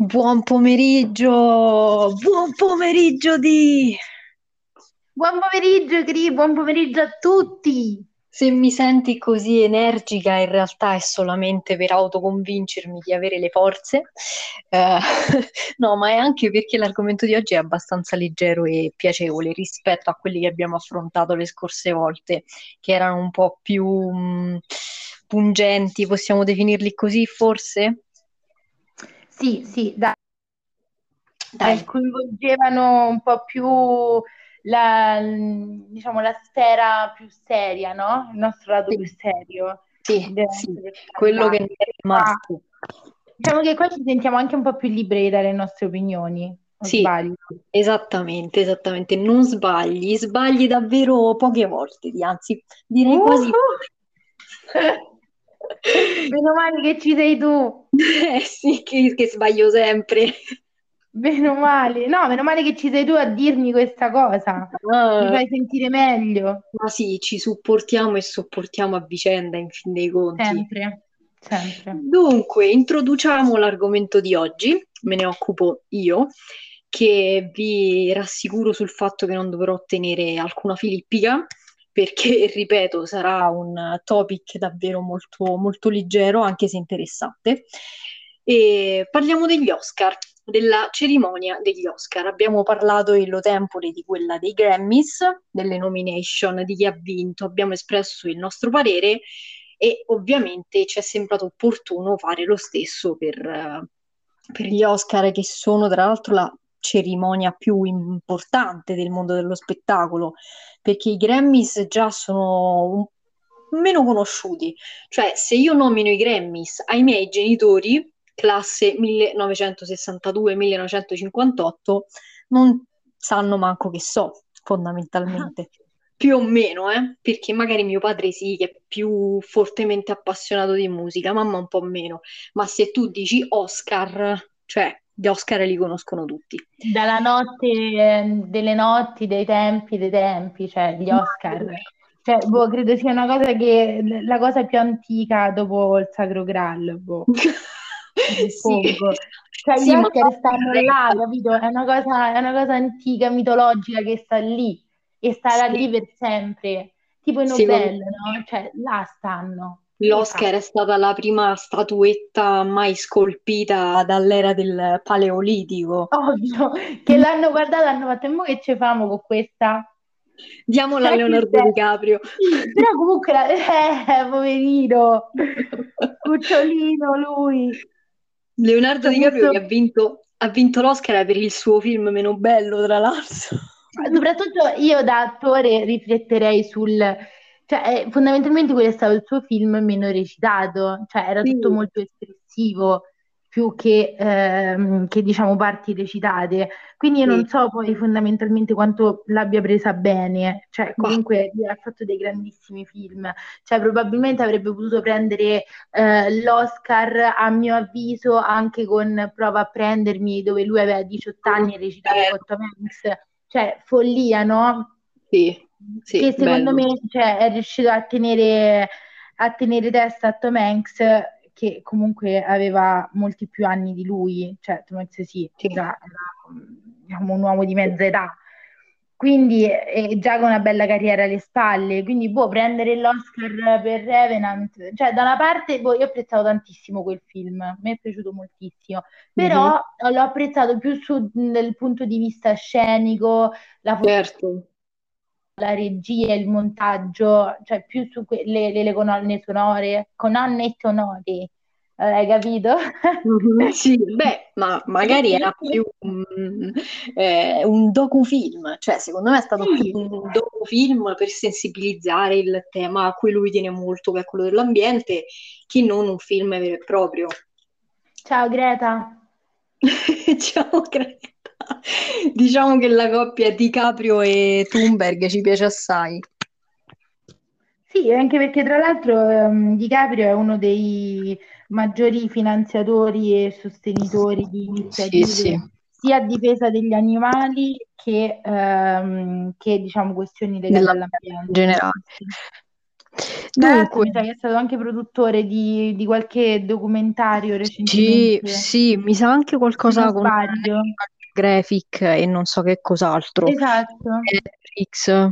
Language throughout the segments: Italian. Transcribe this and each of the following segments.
Buon pomeriggio di... Buon pomeriggio, Cri, buon pomeriggio a tutti. Se mi senti così energica, in realtà è solamente per autoconvincermi di avere le forze. Eh, no, ma è anche perché l'argomento di oggi è abbastanza leggero e piacevole rispetto a quelli che abbiamo affrontato le scorse volte, che erano un po' più pungenti, possiamo definirli così, forse? Sì, sì, dai, Dai, coinvolgevano un po' più diciamo, la sfera più seria, no? Il nostro lato sì, più serio sì, della sì, nostra quello che personalità. ne è Qua- rimasto. diciamo che qua ci sentiamo anche un po' più liberi di dare le nostre opinioni, o Sì, sbaglio? esattamente, esattamente. Non sbagli, sbagli davvero poche volte, anzi, direi quasi Uh! mai. Meno male che ci sei tu. Sì, che sbaglio sempre. Meno male, no, meno male che ci sei tu a dirmi questa cosa. Mi Ah, fai sentire meglio. ma sì, ci supportiamo e sopportiamo a vicenda, in fin dei conti. Sempre, sempre. Dunque, introduciamo l'argomento di oggi, me ne occupo io, che vi rassicuro sul fatto che non dovrò tenere alcuna filippica, perché, ripeto, sarà un topic davvero molto, molto leggero, anche se interessante. E parliamo degli Oscar, della cerimonia degli Oscar. Abbiamo parlato illo tempore di quella dei Grammys, delle nomination, di chi ha vinto, abbiamo espresso il nostro parere e ovviamente ci è sembrato opportuno fare lo stesso per gli Oscar, che sono tra l'altro la cerimonia più importante del mondo dello spettacolo, perché i Grammys già sono meno conosciuti. Cioè, se io nomino i Grammys ai miei genitori, classe 1962-1958, non sanno manco che so, fondamentalmente. Più o meno, perché magari mio padre sì, che è più fortemente appassionato di musica, mamma un po' meno. Ma se tu dici Oscar, cioè gli Oscar li conoscono tutti. Dalla notte delle notti, dei tempi, cioè gli Oscar. Cioè, boh, credo sia una cosa che la cosa più antica dopo il Sacro Graal, boh, Sì, suppongo. Cioè, gli sì, ma Oscar stanno là, capito? È una cosa antica, mitologica che sta lì e starà sì, lì per sempre. Tipo i secondo Nobel, no? me Cioè, là stanno. l'Oscar Esatto. è stata la prima statuetta mai scolpita dall'era del Paleolitico. Ovvio, che l'hanno guardata, hanno fatto, e mo che ci famo con questa? Diamola a Sarà che Leonardo DiCaprio. sì, però comunque, poverino, cucciolino lui. Leonardo Ci ho DiCaprio messo, che ha vinto l'Oscar per il suo film meno bello, tra l'altro. soprattutto io da attore rifletterei cioè fondamentalmente quello è stato il suo film meno recitato, cioè era tutto Sì, molto espressivo più che diciamo parti recitate. Quindi io sì. non so poi fondamentalmente quanto l'abbia presa bene, cioè Bah, comunque lui ha fatto dei grandissimi film, cioè probabilmente avrebbe potuto prendere l'Oscar a mio avviso anche con Prova a prendermi dove lui aveva 18 anni e recitava con Tom Hanks, cioè follia, no? sì, sì, Che secondo bello. me cioè, è riuscito a tenere testa a Tom Hanks, che comunque aveva molti più anni di lui, cioè Tom Hanks sì, Sì. era, diciamo, un uomo di mezza età, quindi già con una bella carriera alle spalle, quindi boh, prendere l'Oscar per Revenant, cioè da una parte boh, io ho apprezzato tantissimo quel film, mi è piaciuto moltissimo, Mhm. però l'ho apprezzato più dal punto di vista scenico, la Certo. la regia, il montaggio, cioè più su le colonne sonore, colonne sonore, hai capito? Mhm. Sì, beh, ma magari era più un docufilm, cioè secondo me è stato più Sì, un docufilm per sensibilizzare il tema a cui lui tiene molto, che è quello dell'ambiente, che non un film vero e proprio. ciao Greta. Ciao Greta. Diciamo che la coppia DiCaprio e Thunberg ci piace assai. Sì, anche perché tra l'altro DiCaprio è uno dei maggiori finanziatori e sostenitori di Sì, sì, iniziative sia a difesa degli animali che diciamo questioni legate della vita in all'ambiente. generale. Sì, sì. Tra l'altro Dunque, mi sa che è stato anche produttore di qualche documentario sì, recentemente, sì, mi sa anche se non qualcosa con sbaglio. Graphic e non so che cos'altro. Esatto, Netflix,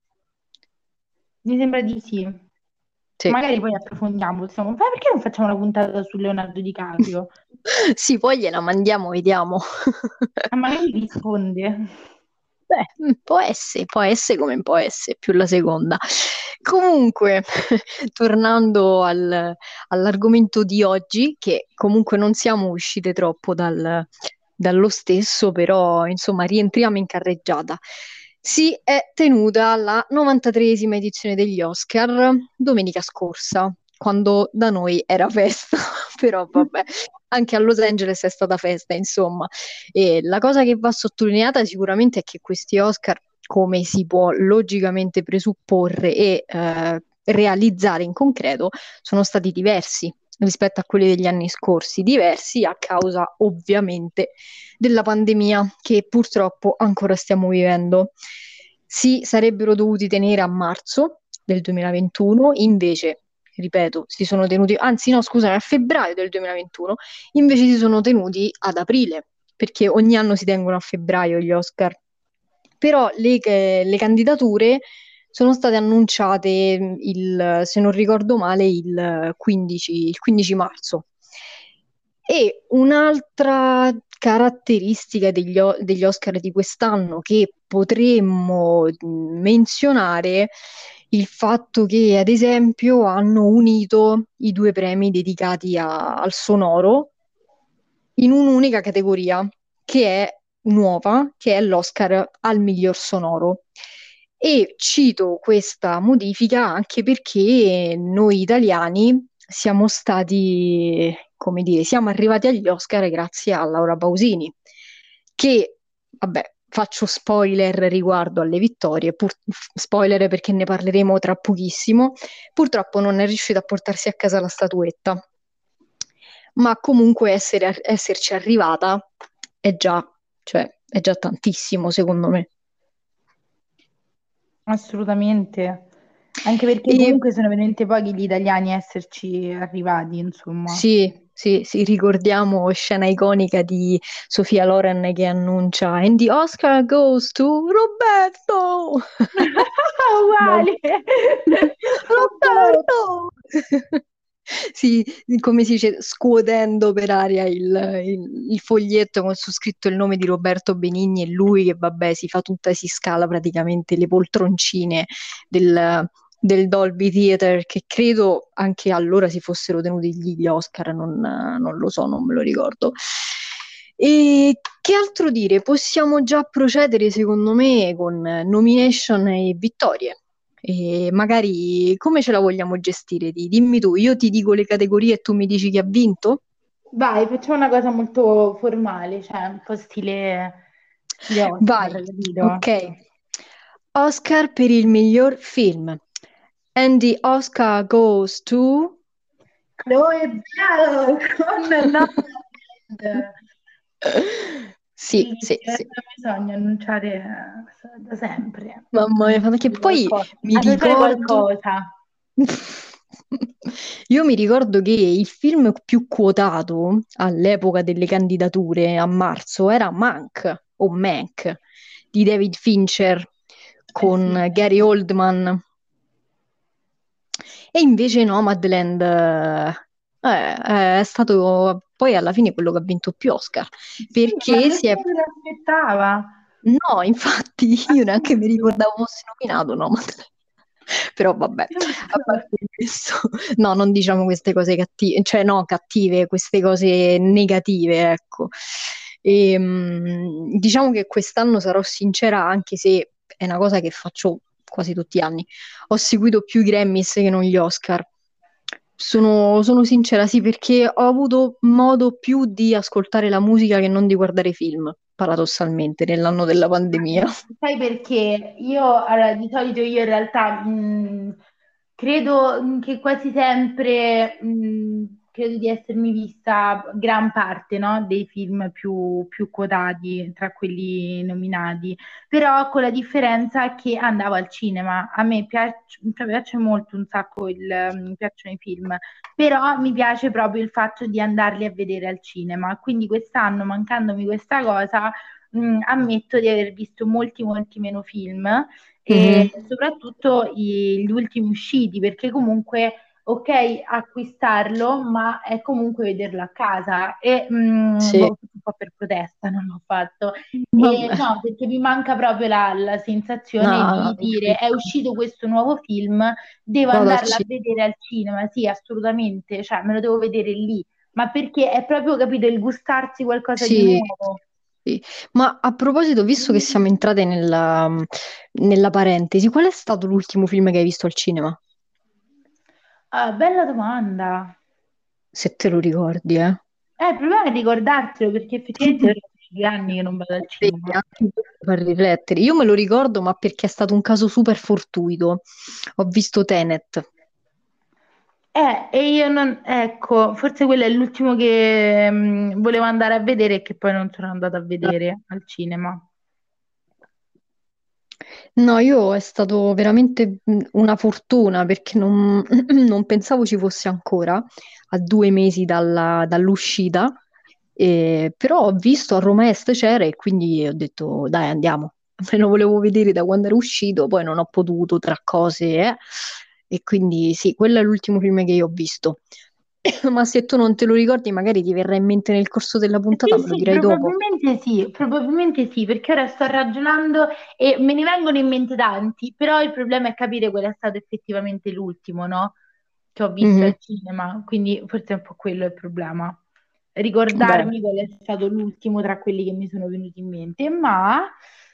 mi sembra di sì. sì. Magari poi approfondiamo. Ma perché non facciamo una puntata su Leonardo DiCaprio? Sì, poi gliela mandiamo, vediamo. Ma magari risponde. Beh, può essere come può essere, più la seconda. Comunque, tornando all'argomento di oggi, che comunque non siamo uscite troppo dallo stesso, però insomma rientriamo in carreggiata. Si è tenuta la 93esima edizione degli Oscar domenica scorsa, quando da noi era festa, però vabbè, anche a Los Angeles è stata festa, insomma. E la cosa che va sottolineata sicuramente è che questi Oscar, come si può logicamente presupporre e realizzare in concreto, sono stati diversi rispetto a quelli degli anni scorsi, diversi a causa ovviamente della pandemia che purtroppo ancora stiamo vivendo. Si sarebbero dovuti tenere a marzo del 2021, invece, ripeto, si sono tenuti, anzi no, scusami, a febbraio del 2021, invece si sono tenuti ad aprile, perché ogni anno si tengono a febbraio gli Oscar. Però le candidature sono state annunciate se non ricordo male, il 15 marzo. E un'altra caratteristica degli Oscar di quest'anno che potremmo menzionare il fatto che, ad esempio, hanno unito i due premi dedicati al sonoro in un'unica categoria che è nuova, che è l'Oscar al miglior sonoro. E cito questa modifica anche perché noi italiani siamo stati, come dire, siamo arrivati agli Oscar grazie a Laura Pausini, che, vabbè, faccio spoiler riguardo alle vittorie, spoiler perché ne parleremo tra pochissimo, purtroppo non è riuscita a portarsi a casa la statuetta, ma comunque esserci arrivata è già, cioè, è già tantissimo, secondo me. Assolutamente. Anche perché E comunque sono veramente pochi gli italiani a esserci arrivati, insomma. sì, sì, sì, ricordiamo scena iconica di Sofia Loren che annuncia And the Oscar goes to Roberto! Molto. Uguale! Roberto! Sì, come si dice, scuotendo per aria il foglietto con su scritto il nome di Roberto Benigni e lui che, vabbè, si scala praticamente le poltroncine del Dolby Theater, che credo anche allora si fossero tenuti gli Oscar, non lo so, non me lo ricordo. E che altro dire? Possiamo già procedere, secondo me, con nomination e vittorie. E magari come ce la vogliamo gestire? Dimmi tu, io ti dico le categorie e tu mi dici chi ha vinto? Vai, facciamo una cosa molto formale, cioè un po' stile Oscar, Vai, capito? ok. Oscar per il miglior film. And the Oscar goes to... Chloe Zhao con Nomadland. Sì, sì, Bellissimo, è sì. il mio sogno annunciare da sempre. Mamma mia, che Annunciare poi qualcosa. mi Annunciare ricordo... qualcosa. Io mi ricordo che il film più quotato all'epoca delle candidature a marzo era Mank di David Fincher Eh sì. con Gary Oldman. E invece Nomadland è stato poi alla fine quello che ha vinto più Oscar, Sì, ma perché si è... nessuno se l'aspettava. No, infatti io neanche mi Assurdo. ricordavo fosse nominato Nomadland. Però vabbè, a parte questo, no, non diciamo queste cose cattive, cioè no, cattive, queste cose negative, ecco. Diciamo che quest'anno sarò sincera, anche se è una cosa che faccio quasi tutti gli anni. Ho seguito più i Grammys che non gli Oscar. Sono sincera, sì, perché ho avuto modo più di ascoltare la musica che non di guardare film, paradossalmente, nell'anno della pandemia. Sai perché allora, di solito io in realtà credo che quasi sempre credo di essermi vista gran parte, no, dei film più quotati tra quelli nominati, però con la differenza che andavo al cinema. A me piace molto un sacco mi piacciono i film, però mi piace proprio il fatto di andarli a vedere al cinema. Quindi quest'anno, mancandomi questa cosa, ammetto di aver visto molti, molti meno film e Mhm. soprattutto gli ultimi usciti, perché comunque ok acquistarlo, ma è comunque vederlo a casa e Sì, boh, un po' per protesta non l'ho fatto. E vabbè. no, perché mi manca proprio la sensazione No, no, di dire è capito. uscito questo nuovo film, devo Vado al andarlo a cinema. vedere al cinema, sì, assolutamente, cioè me lo devo vedere lì, ma perché è proprio, capito, il gustarsi qualcosa di Sì, nuovo. sì. Ma a proposito, visto che siamo entrate nella parentesi, qual è stato l'ultimo film che hai visto al cinema? Ah, bella domanda. Se te lo ricordi, eh? Il problema è ricordartelo perché effettivamente ora sono 2 anni che non vado al Sì, cinema. anche questo fa riflettere. Io me lo ricordo, ma perché è stato un caso super fortuito. Ho visto Tenet. E io non, ecco, forse quello è l'ultimo che volevo andare a vedere e che poi non sono andata a vedere al cinema. No, io è stato veramente una fortuna perché non, non pensavo ci fosse ancora a 2 mesi dall'uscita. Però ho visto a Roma Est c'era e quindi ho detto dai andiamo. Me lo volevo vedere da quando era uscito, poi non ho potuto tra cose, e quindi sì, quello è l'ultimo film che io ho visto. Ma se tu non te lo ricordi, magari ti verrà in mente nel corso della puntata, Sì, me lo sì, dirai dopo. probabilmente sì, perché ora sto ragionando e me ne vengono in mente tanti, però il problema è capire qual è stato effettivamente l'ultimo, no? Che ho visto Mhm. al cinema, quindi forse è un po' quello il problema. Beh, Ricordarmi qual è stato l'ultimo tra quelli che mi sono venuti in mente, ma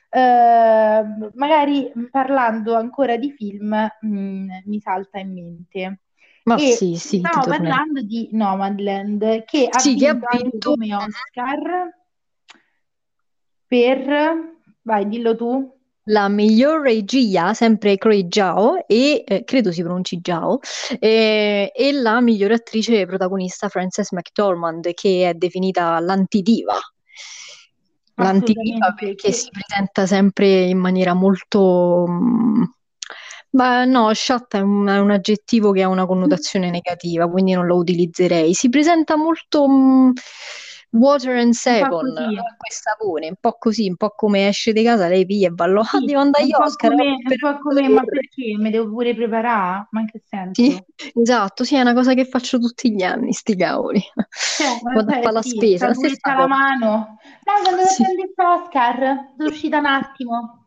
magari parlando ancora di film, mi salta in mente. ma E sì, sì, ti stiamo tornerà. parlando di Nomadland, che ha Sì, che ha vinto anche vinto. come Oscar per... Vai, dillo tu. La miglior regia, sempre Chloe Zhao, e credo si pronunci Zhao, e la miglior attrice protagonista Frances McDormand, che è definita l'antidiva. L'antidiva Assolutamente, perché si presenta sempre in maniera molto... ma no, sciatta è un aggettivo che ha una connotazione negativa, quindi non lo utilizzerei. Si presenta molto water and un po' seven, così. acqua e sapone, un po' così, un po' come esce di casa, lei piglia e va, ah, Sì, devo andare agli Oscar, un per po' come, ma correre. perché? Mi devo pure preparare? Ma in che Sì, senso? esatto, sì, è una cosa che faccio tutti gli anni, sti cavoli. Vado a fare la Sì, spesa, la stessa ciambuletta alla cosa. mano. Dai, sono andata a Sì. prendere Oscar, sono uscita un attimo.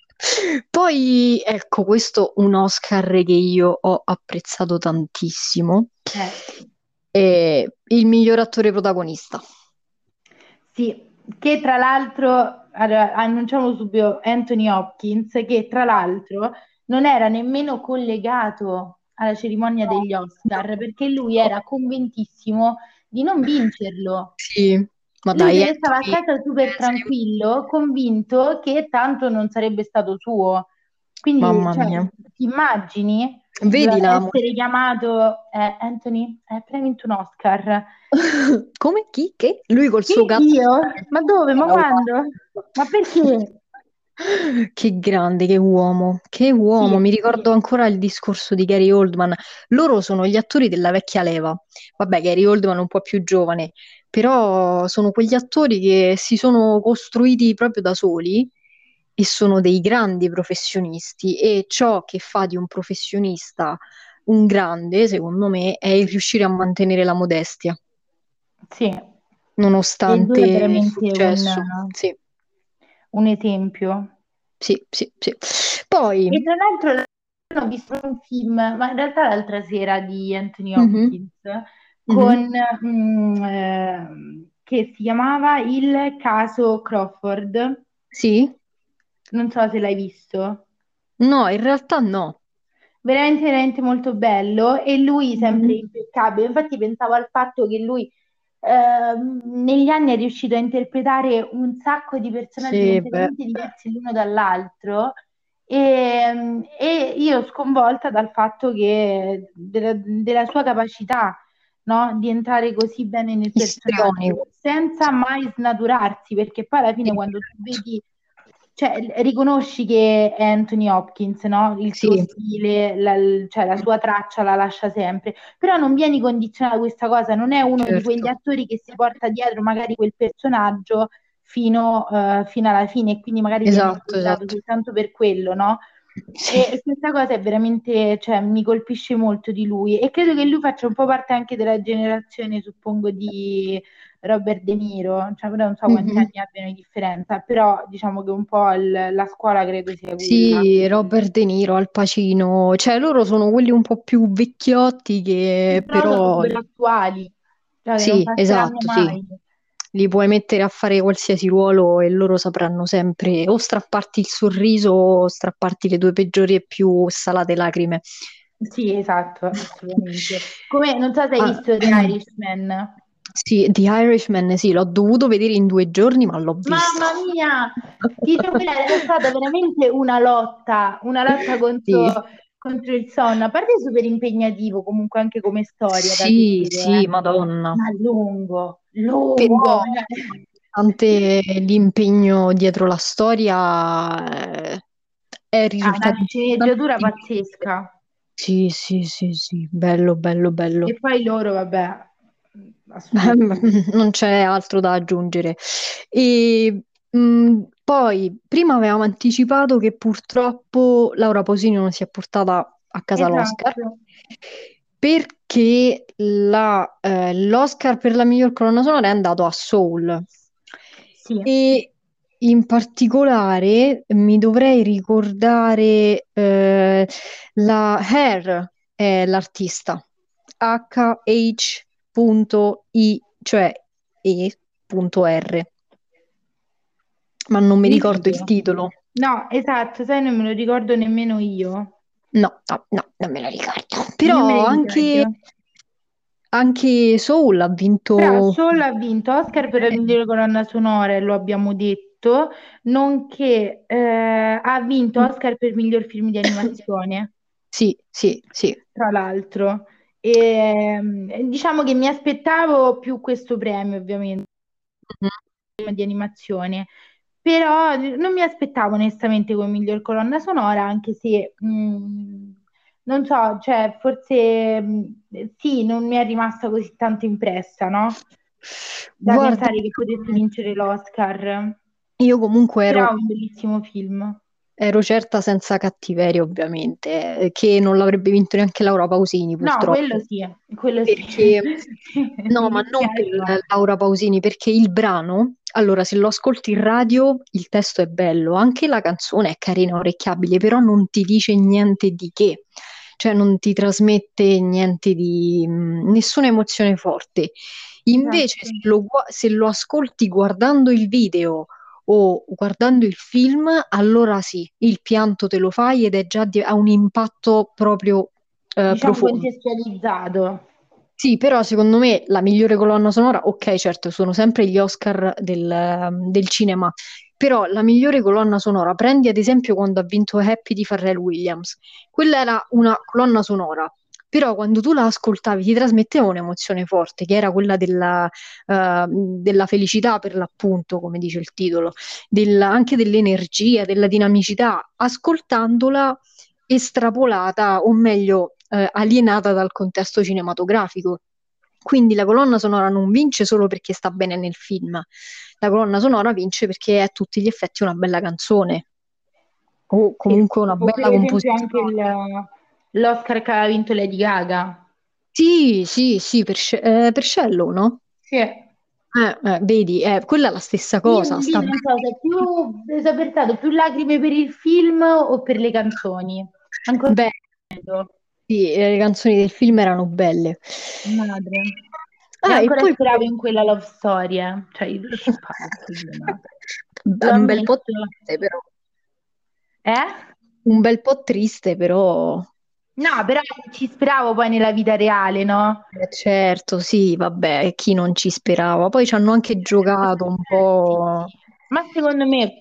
Poi, ecco, questo un Oscar che io ho apprezzato tantissimo, Sì. è il miglior attore protagonista. Sì, che tra l'altro, allora, annunciamo subito Anthony Hopkins, che tra l'altro non era nemmeno collegato alla cerimonia No, degli no, Oscar perché lui no. era convintissimo di non vincerlo. Sì, ma Lui dai, se ne stava a Anthony casa deve super essere... tranquillo, convinto che tanto non sarebbe stato suo. Quindi, Mamma cioè, mia. ti immagini? Vedi Doveva la essere chiamato Anthony, prendi un Oscar. come? Chi? Che? Lui col Chi suo cazzo di io? cane. Ma dove? Ma Era quando? uguale. Ma perché? Che grande, che uomo, che Sì, uomo. Mi ricordo ancora il discorso di Gary Oldman. Loro sono gli attori della vecchia leva. Vabbè, Gary Oldman è un po' più giovane, però sono quegli attori che si sono costruiti proprio da soli e sono dei grandi professionisti. E ciò che fa di un professionista un grande, secondo me, è il riuscire a mantenere la modestia, sì. E lui nonostante è il veramente successo. Sì, un esempio. sì, sì, sì. Poi, E tra l'altro ho visto un film, ma in realtà l'altra sera di Anthony mhm, Hopkins, mhm. con, che si chiamava Il caso Crawford. Sì? Non so se l'hai visto. No, in realtà no. Veramente, veramente molto bello e lui sempre Mhm. impeccabile. Infatti pensavo al fatto che lui negli anni è riuscito a interpretare un sacco di personaggi Sì, beh. completamente diversi l'uno dall'altro e io sconvolta dal fatto che della sua capacità no? Di entrare così bene nel personaggio, Istrionico. senza mai snaturarsi, perché poi alla fine Sì, quando tu vedi, cioè riconosci che è Anthony Hopkins, no? Il suo sì, stile, cioè la sua traccia la lascia sempre, però non vieni condizionato da questa cosa, non è uno di quegli certo. attori che si porta dietro magari quel personaggio fino alla fine e quindi magari viene Esatto, ricordato esatto. soltanto per quello, no? Sì. E questa cosa è veramente, cioè, mi colpisce molto di lui e credo che lui faccia un po' parte anche della generazione, suppongo, di Robert De Niro, cioè, però non so quanti Mhm. anni abbiano di differenza, però diciamo che un po' la scuola credo sia quella. Sì, Robert De Niro, Al Pacino, cioè loro sono quelli un po' più vecchiotti Che che però sono però super attuali, cioè che non sì, passeranno esatto, sì. mai. Li puoi mettere a fare qualsiasi ruolo e loro sapranno sempre o strapparti il sorriso o strapparti le due peggiori e più salate lacrime. Sì, esatto, assolutamente. Come, non so se hai Ah, visto The Irishman. sì, The Irishman, sì, l'ho dovuto vedere in 2 giorni, ma l'ho visto. Mamma mia, ti devo dire, è stata veramente una lotta Sì, contro il sonno. A parte super impegnativo, comunque anche come storia da sì, seguire, sì, Madonna. ma lungo, lungo. Però, nonostante l'impegno dietro la storia, è Ha una risultato importante. sceneggiatura pazzesca. Sì, sì, sì, sì, bello, bello, bello. E poi loro, vabbè, assurdo. Non c'è altro da aggiungere. E poi, prima avevamo anticipato che purtroppo Laura Pausini non si è portata a casa l'Oscar Esatto. perché l'Oscar per la miglior colonna sonora è andato a Soul. Sì, E in particolare mi dovrei ricordare la Hair è l'artista. H-I, cioè E.R, ma non mi ricordo il visto? titolo. No, esatto, sai, non me lo ricordo nemmeno io. No, no, no, non me lo ricordo. Non me Però ne anche, ricordo. anche Soul ha Però vinto. solo ha vinto Oscar per la migliore colonna sonora, e lo abbiamo detto, nonché ha vinto Oscar per miglior film di animazione, Sì, sì, sì. tra l'altro. E, diciamo che mi aspettavo più questo premio, ovviamente, Mhm. film di animazione, però non mi aspettavo onestamente come miglior colonna sonora, anche se non so, cioè forse sì, non mi è rimasta così tanto impressa, no? Da Guarda, pensare che potesse vincere l'Oscar, io comunque però è ero un bellissimo film. Ero certa senza cattiveria, ovviamente, che non l'avrebbe vinto neanche Laura Pausini, No, quello purtroppo. sì, quello sì. Perché, no, Mi ma non per dispiace, ma Laura Pausini, perché il brano, allora, se lo ascolti in radio, il testo è bello, anche la canzone è carina, orecchiabile, però non ti dice niente di che, cioè non ti trasmette niente di, nessuna emozione forte. Invece, esatto. se lo ascolti guardando il video o guardando il film, allora sì, il pianto te lo fai ed è già ha un impatto proprio Diciamo profondo. contestualizzato. Sì, però secondo me la migliore colonna sonora, ok, certo, sono sempre gli Oscar del cinema, però la migliore colonna sonora, prendi ad esempio quando ha vinto Happy di Pharrell Williams, quella era una colonna sonora, però quando tu la ascoltavi ti trasmetteva un'emozione forte, che era quella della felicità per l'appunto, come dice il titolo, anche dell'energia, della dinamicità, ascoltandola estrapolata, o meglio, alienata dal contesto cinematografico. Quindi la colonna sonora non vince solo perché sta bene nel film, la colonna sonora vince perché è a tutti gli effetti una bella canzone o Sì, comunque una o bella per esempio anche composizione. l'Oscar che ha vinto Lady Gaga. Sì, sì, sì, per Shallow, no? Sì. Vedi, quella è la stessa Io cosa, lì sta non so se è bene. più esapertato, più lacrime per il film o per le canzoni. Ancora Beh, vedo, sì, le canzoni del film erano belle. madre. E E ancora poi speravo in quella love story, eh. Cioè, io lo shippavo quello, ma lo un bel po' ammetto. triste, però. Eh? Un bel po' triste, però. No, però ci speravo poi nella vita reale, no? Certo, sì, vabbè, chi non ci sperava. Poi ci hanno anche giocato un Sì, po'. sì. Ma secondo me,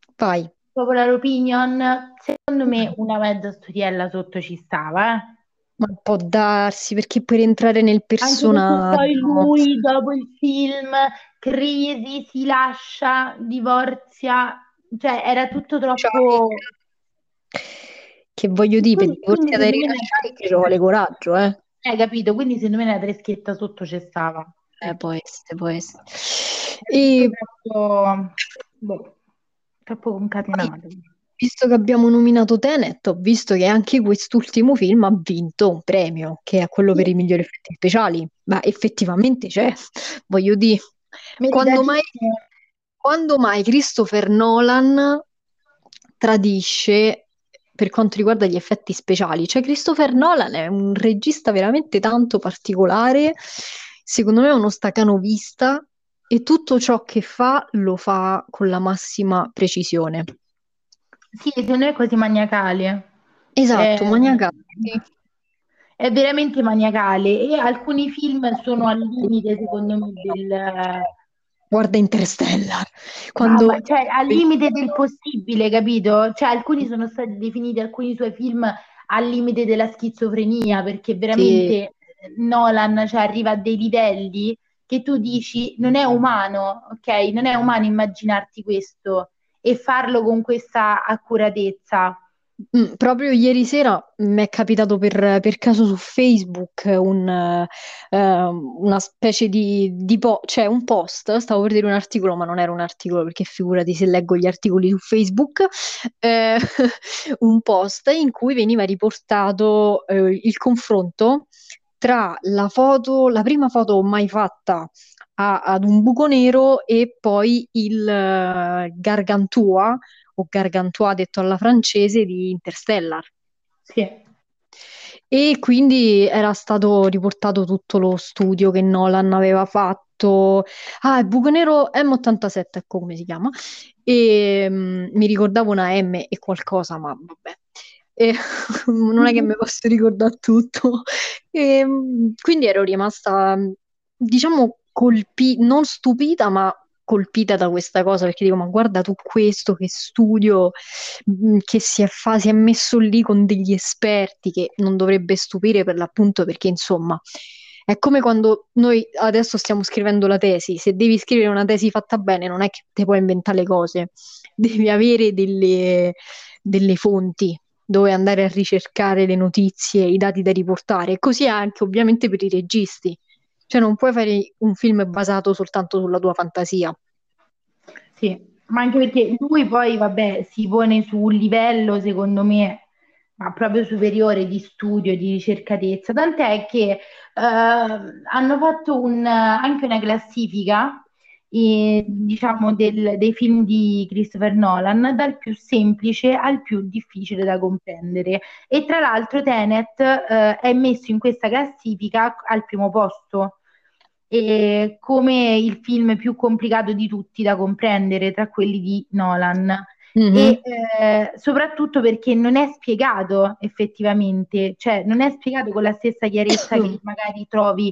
Vai. popular opinion, secondo me una mezza storiella sotto ci stava, eh? Ma può darsi perché per entrare nel Anche perché poi personaggio. lui, dopo il film, crisi, si lascia, divorzia, cioè era tutto Cioè, troppo... che voglio dire, per Quindi divorziare da secondo me, rilasciare che ci vuole coraggio, eh? hai capito? Quindi secondo me la freschetta sotto c'è stava. Sì. Può essere, può essere. Era tutto E troppo, boh, troppo poi, concatenato. visto che abbiamo nominato Tenet, ho visto che anche quest'ultimo film ha vinto un premio, che è quello per Sì, i migliori effetti speciali. Ma effettivamente c'è, voglio dire, quando mai, meritatissimo. quando mai Christopher Nolan tradisce per quanto riguarda gli effetti speciali? Cioè, Christopher Nolan è un regista veramente tanto particolare, secondo me è uno stacanovista e tutto ciò che fa lo fa con la massima precisione. Sì, secondo me è così maniacale. È, Esatto, maniacale. Sì. è veramente maniacale e alcuni film sono al limite, secondo me, Guarda Interstellar, quando... mamma, cioè al limite del possibile, capito? Cioè alcuni sono stati definiti, alcuni suoi film al limite della schizofrenia, perché veramente Sì. Nolan, cioè, arriva a dei livelli che tu dici non è umano, ok? Non è umano immaginarti questo e farlo con questa accuratezza. Proprio ieri sera mi è capitato per caso su Facebook una specie cioè un post, stavo per dire un articolo, ma non era un articolo perché figurati se leggo gli articoli su Facebook, eh, un post in cui veniva riportato il confronto tra la prima foto mai fatta ad un buco nero e poi il Gargantua o Gargantua detto alla francese di Interstellar. Sì. E quindi era stato riportato tutto lo studio che Nolan aveva fatto. Ah, il buco nero M87, ecco come si chiama. E mi ricordavo una M e qualcosa, ma vabbè. E, non è che mi posso ricordare tutto. E, quindi ero rimasta, diciamo, non stupita, ma colpita da questa cosa perché dico, ma guarda tu questo, che studio che si è messo lì con degli esperti che non dovrebbe stupire per l'appunto perché insomma è come quando noi adesso stiamo scrivendo la tesi, se devi scrivere una tesi fatta bene non è che ti puoi inventare le cose, devi avere delle fonti dove andare a ricercare le notizie, i dati da riportare, e così anche ovviamente per i registi. Cioè non puoi fare un film basato soltanto sulla tua fantasia. Sì, ma anche perché lui poi, vabbè, si pone su un livello, secondo me, ma proprio superiore di studio, di ricercatezza, tant'è che hanno fatto anche una classifica, diciamo, dei film di Christopher Nolan, dal più semplice al più difficile da comprendere. E tra l'altro Tenet, è messo in questa classifica al primo posto come il film più complicato di tutti da comprendere tra quelli di Nolan. E Mhm. soprattutto perché non è spiegato effettivamente, cioè non è spiegato con la stessa chiarezza che magari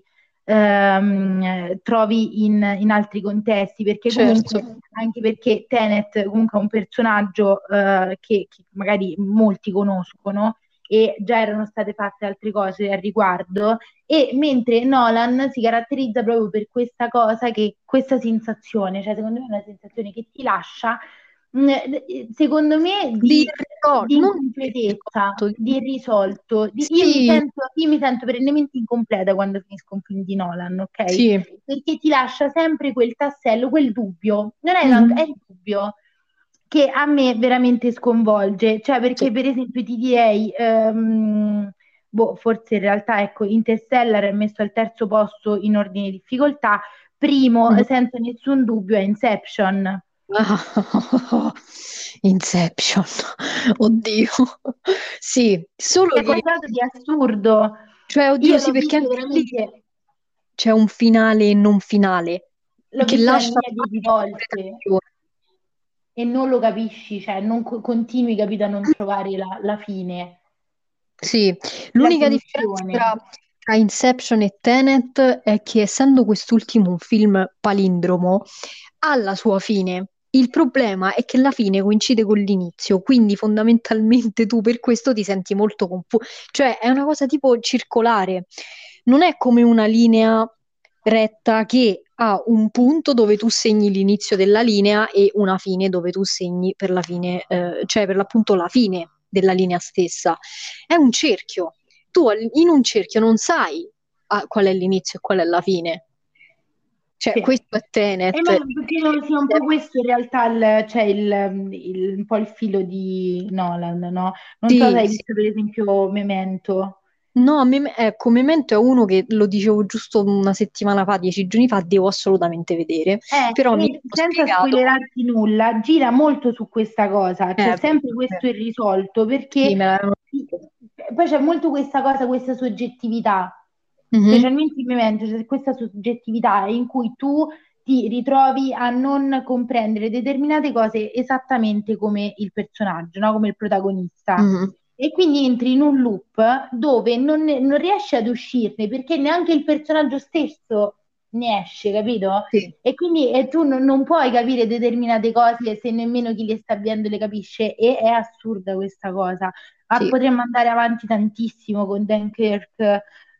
trovi in altri contesti, perché Certo. comunque, anche perché Tenet comunque è un personaggio che magari molti conoscono e già erano state fatte altre cose al riguardo, e mentre Nolan si caratterizza proprio per questa cosa, questa sensazione, cioè secondo me è una sensazione che ti lascia, secondo me, Di di ricordo, non di incompletezza, ricordo. di irrisolto. Sì, Io mi sento perennemente incompleta quando finisco un film di Nolan, ok? sì. Perché ti lascia sempre quel tassello, quel dubbio. Non è tanto, è Mhm. il dubbio che a me veramente sconvolge. Cioè, Sì. perché per esempio ti direi, boh, forse in realtà, ecco, Interstellar è messo al terzo posto in ordine di difficoltà. Primo, Mhm. senza nessun dubbio, è Inception. Ah, Inception, oddio. Sì, solo C'è che, qualcosa di assurdo. cioè, oddio, Io sì, l'ho perché visto anche lì veramente, c'è un finale e non finale, l'ho che visto una lascia miriade di volte interpretazione. e non lo capisci, cioè non continui, capito, a non trovare la fine, Sì, la l'unica differenza soluzione. tra Inception e Tenet è che essendo quest'ultimo un film palindromo, ha la sua fine. Il problema è che la fine coincide con l'inizio, quindi fondamentalmente tu per questo ti senti molto confuso. Cioè, è una cosa tipo circolare. Non è come una linea retta che ha un punto dove tu segni l'inizio della linea e una fine dove tu segni per la fine, cioè per l'appunto la fine della linea stessa. È un cerchio. Tu in un cerchio non sai qual è l'inizio e qual è la fine. Cioè, Sì. questo è Ma Tenet. credo sia un po' questo in realtà cioè un po' il filo di Nolan, no? Non so se Sì, hai sì. visto per esempio Memento. No, ecco, Memento è uno che lo dicevo giusto una settimana fa, 10 giorni fa, devo assolutamente vedere, però mi E hanno senza spiegato, spoilerarti nulla, gira molto su questa cosa, c'è sempre eh, questo irrisolto sì, perché me l'avevano sì, detto. poi c'è molto questa cosa, questa soggettività, Mhm, specialmente in Memento, c'è questa soggettività in cui tu ti ritrovi a non comprendere determinate cose esattamente come il personaggio, no? Come il protagonista. mhm, E quindi entri in un loop dove non riesci ad uscirne perché neanche il personaggio stesso ne esce, capito? sì, E quindi tu non puoi capire determinate cose se nemmeno chi le sta vivendo le capisce e è assurda questa cosa. Ma sì, potremmo andare avanti tantissimo con Dunkirk,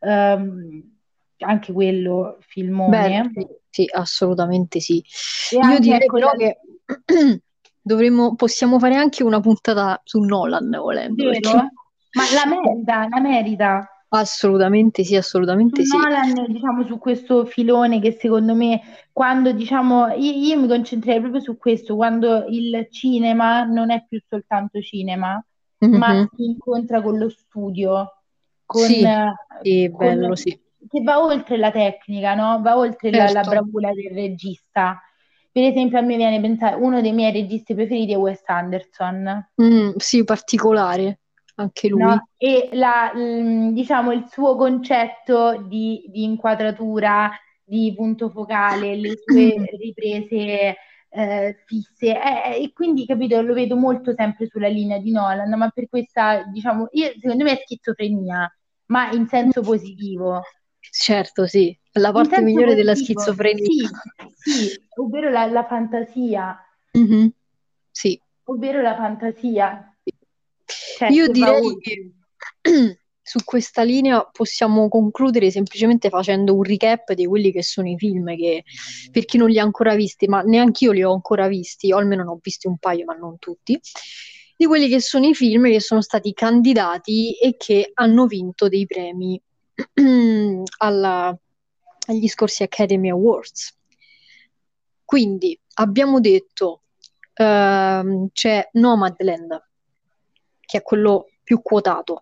anche quello bello, filmone. sì, sì, assolutamente sì. E Io anche direi ecco però che possiamo fare anche una puntata su Nolan, volendo, perché vero? Ma la merita. Su assolutamente sì. Nolan, diciamo, su questo filone che secondo me, quando diciamo, io mi concentrerei proprio su questo, quando il cinema non è più soltanto cinema, ma Mhm. si incontra con lo studio, con, Sì, sì, con- bello, sì. che va oltre la tecnica, no? Va oltre la Certo. bravura del regista. Per esempio, a me viene pensare, uno dei miei registi preferiti è Wes Anderson. Sì, particolare, anche No? lui. E diciamo il suo concetto di inquadratura, di punto focale, le sue riprese fisse, e quindi capito, lo vedo molto sempre sulla linea di Nolan, ma per questa, diciamo, secondo me è schizofrenia, ma in senso positivo. Certo, sì, la In parte senso migliore della positivo, schizofrenia. sì, sì, ovvero la fantasia, Mhm. Sì. ovvero la fantasia, cioè Io che va direi che oltre. su questa linea possiamo concludere semplicemente facendo un recap di quelli che sono i film che, per chi non li ha ancora visti, ma neanche io li ho ancora visti, o almeno ne ho visti un paio, ma non tutti, di quelli che sono i film che sono stati candidati e che hanno vinto dei premi agli scorsi Academy Awards. Quindi abbiamo detto c'è Nomadland, che è quello più quotato.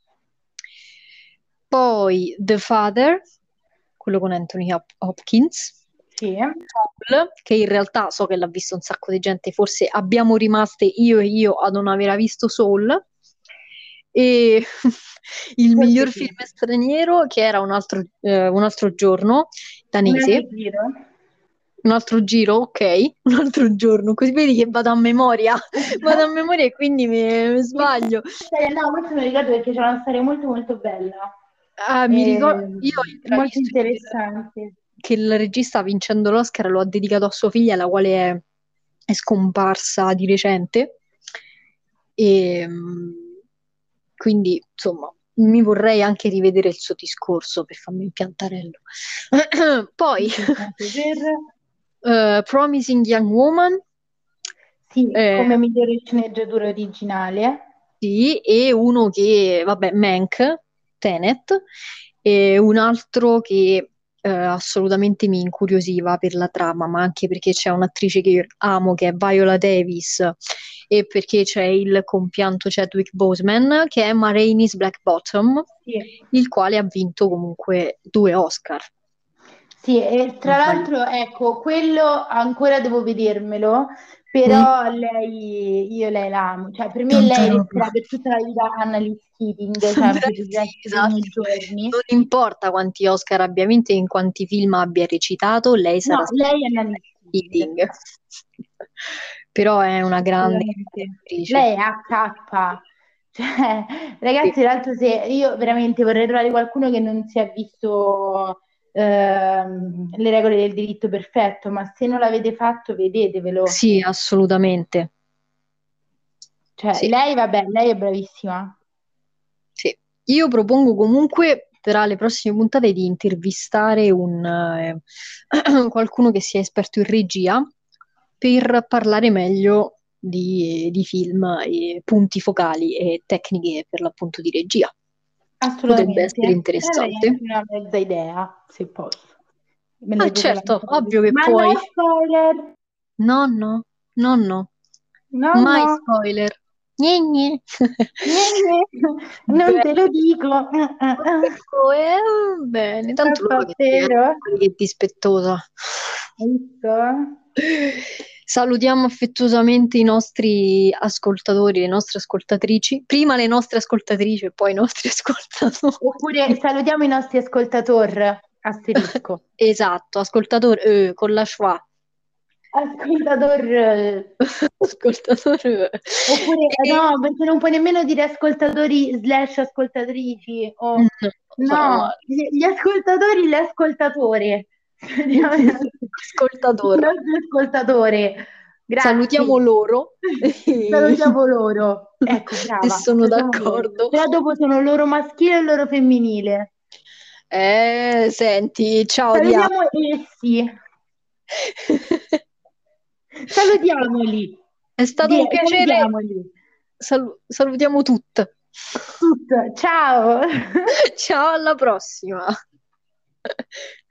Poi The Father, quello con Anthony Hopkins. Sì. Soul, che in realtà so che l'ha visto un sacco di gente, forse abbiamo rimaste io e io a non aver visto Soul. E il Forse miglior sì. film straniero, che era un altro giorno, Un altro danese. giro. Un altro giro, ok, un altro giorno, così vedi che vado a memoria, vado a memoria e quindi mi sbaglio. No, questo me lo ricordo perché c'è una storia molto molto bella. Ah, mi ricordo, io ho Molto intravisto interessante. che il regista vincendo l'Oscar lo ha dedicato a sua figlia, la quale è scomparsa di recente. E quindi, insomma, mi vorrei anche rivedere il suo discorso per farmi il piantarello. Poi, Interessante per... Promising Young Woman, Sì, eh, come migliore sceneggiatura originale. sì, e uno che, vabbè, Mank, Tenet, e un altro che assolutamente mi incuriosiva per la trama, ma anche perché c'è un'attrice che io amo, che è Viola Davis, e perché c'è il compianto Chadwick Boseman, che è Ma Rainey's Black Bottom, Sì. il quale ha vinto comunque 2 Oscar. Sì, e Non tra sbaglio. l'altro, ecco, quello ancora devo vedermelo, Mm. però io lei la amo, cioè per me Tanta lei roba. resterà per tutta la vita Annalise Keating, cioè per il Sì, resto dei esatto. miei giorni. Non importa quanti Oscar abbia vinto e in quanti film abbia recitato, lei No, sarà lei è sempre Annalise Keating, Keating. Però è una grande, grande assolutamente. attrice. Lei è AK, cioè Sì. ragazzi, tra l'altro se io veramente vorrei trovare qualcuno che non si è visto le regole del diritto perfetto, ma se non l'avete fatto, vedetevelo. Sì, assolutamente. Cioè, Sì, lei, vabbè, lei è bravissima. sì. Io propongo comunque tra le prossime puntate di intervistare qualcuno che sia esperto in regia per parlare meglio di film e punti focali e tecniche per l'appunto di regia. Potrebbe Assolutamente. essere Avrei anche interessante. una mezza idea, se posso. Me Ah, le devo certo, lanciare. ovvio che Ma no puoi. spoiler! No, no, no, no, No, mai no, spoiler. Gne, gne. niente, non Beh, te lo dico. ecco, bene, tanto loro che ti, Vero? che è dispettosa. Hai visto? Salutiamo affettuosamente i nostri ascoltatori, le nostre ascoltatrici, prima le nostre ascoltatrici e poi i nostri ascoltatori. Oppure salutiamo i nostri ascoltatori, asterisco. Esatto, ascoltatori, con la schwa. Ascoltator, Ascoltatori. oppure E... no, perché non puoi nemmeno dire ascoltatori slash ascoltatrici No, o sono no, male. gli ascoltatori, l'ascoltatore. Il Ascoltator. nostro ascoltatore. Salutiamo Grazie. loro. Salutiamo loro. Ecco, Se brava, sono salutiamo loro. d'accordo. Però dopo sono loro maschile e loro femminile. Senti, ciao Dia. Salutiamo essi. Salutiamoli. È stato un piacere. Salutiamoli. Salutiamo tutte. Tutto. Ciao. Ciao, alla prossima.